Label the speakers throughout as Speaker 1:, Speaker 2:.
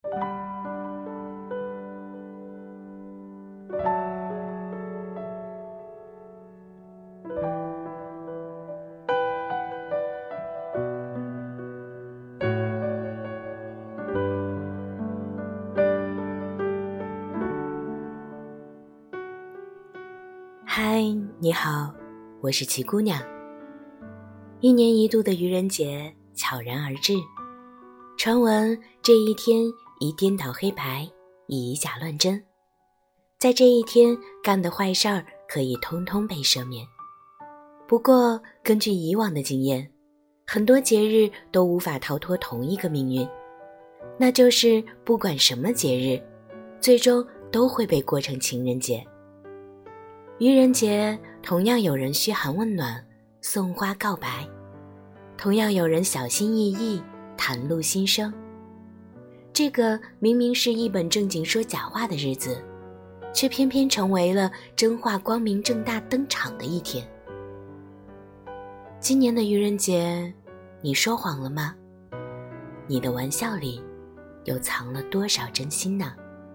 Speaker 1: 嗨，你好，我是齐姑娘。一年一度的愚人节悄然而至，传闻这一天宜颠倒黑白，以假乱真。在这一天干的坏事儿可以通通被赦免。不过根据以往的经验，很多节日都无法逃脱同一个命运，那就是不管什么节日，最终都会被过成情人节。愚人节同样有人嘘寒问暖，送花告白，同样有人小心翼翼，袒露心声。这个明明是一本正经说假话的日子，却偏偏成为了真话光明正大登场的一天。今年的愚人节，你说谎了吗？你的玩笑里又藏了多少真心呢？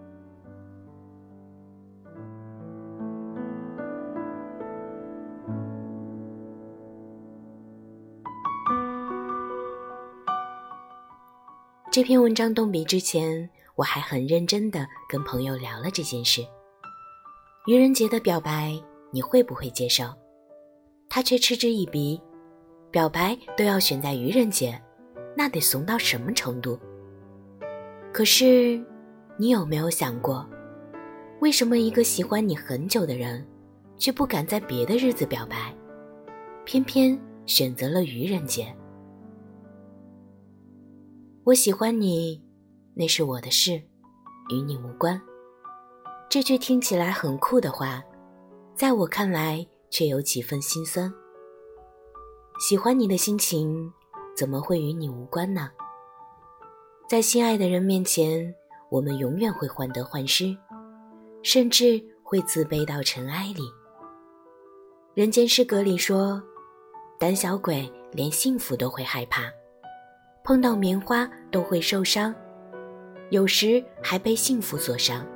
Speaker 1: 这篇文章动笔之前，我还很认真地跟朋友聊了这件事。愚人节的表白，你会不会接受？他却嗤之以鼻，表白都要选在愚人节，那得怂到什么程度？可是，你有没有想过，为什么一个喜欢你很久的人，却不敢在别的日子表白，偏偏选择了愚人节？我喜欢你，那是我的事，与你无关。这句听起来很酷的话，在我看来却有几分心酸。喜欢你的心情，怎么会与你无关呢？在心爱的人面前，我们永远会患得患失，甚至会自卑到尘埃里。人间失格里说，胆小鬼连幸福都会害怕，碰到棉花都会受伤，有时还被幸福所伤。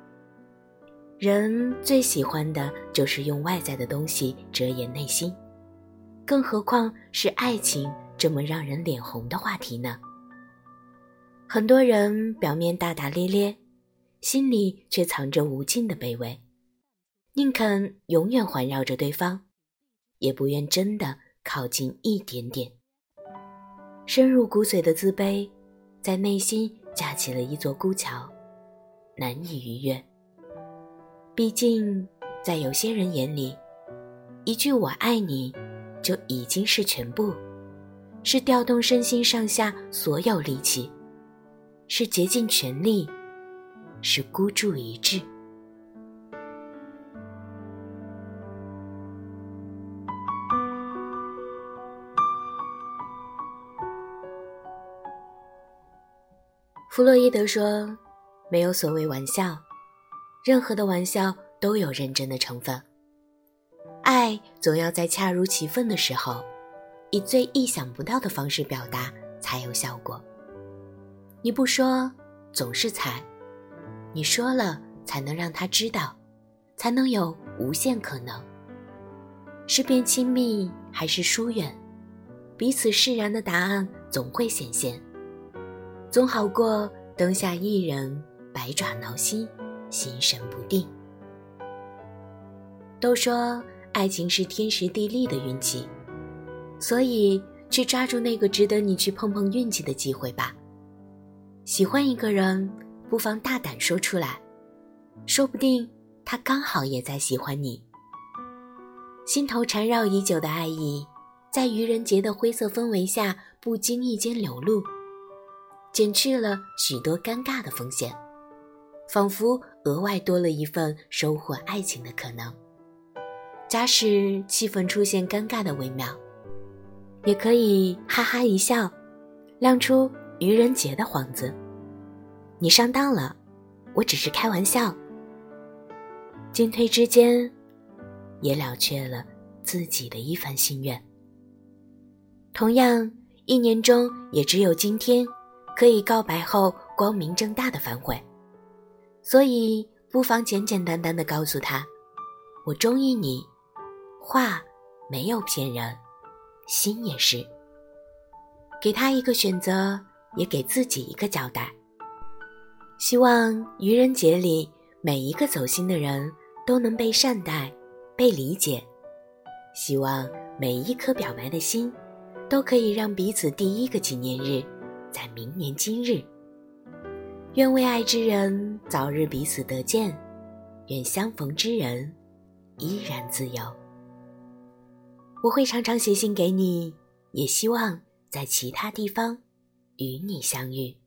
Speaker 1: 人最喜欢的就是用外在的东西遮掩内心，更何况是爱情这么让人脸红的话题呢？很多人表面大大咧咧，心里却藏着无尽的卑微，宁肯永远环绕着对方，也不愿真的靠近一点点。深入骨髓的自卑，在内心架起了一座孤桥，难以逾越。毕竟，在有些人眼里，一句我爱你就已经是全部，是调动身心上下所有力气，是竭尽全力，是孤注一掷。弗洛伊德说，没有所谓玩笑，任何的玩笑都有认真的成分。爱总要在恰如其分的时候，以最意想不到的方式表达才有效果。你不说，总是猜；你说了，才能让他知道，才能有无限可能。是变亲密还是疏远，彼此释然的答案总会显现。总好过灯下一人，百爪挠心，心神不定。都说爱情是天时地利的运气，所以去抓住那个值得你去碰碰运气的机会吧。喜欢一个人，不妨大胆说出来，说不定他刚好也在喜欢你。心头缠绕已久的爱意，在愚人节的灰色氛围下不经意间流露，减去了许多尴尬的风险，仿佛额外多了一份收获爱情的可能。假使气氛出现尴尬的微妙，也可以哈哈一笑，亮出愚人节的幌子。你上当了，我只是开玩笑。进退之间，也了却了自己的一番心愿。同样，一年中也只有今天可以告白后光明正大的反悔，所以不妨简简单单地告诉他，我中意你，话没有骗人，心也是。给他一个选择，也给自己一个交代。希望愚人节里每一个走心的人都能被善待，被理解。希望每一颗表白的心都可以让彼此第一个纪念日在明年今日。愿为爱之人早日彼此得见，愿相逢之人依然自由。我会常常写信给你，也希望在其他地方与你相遇。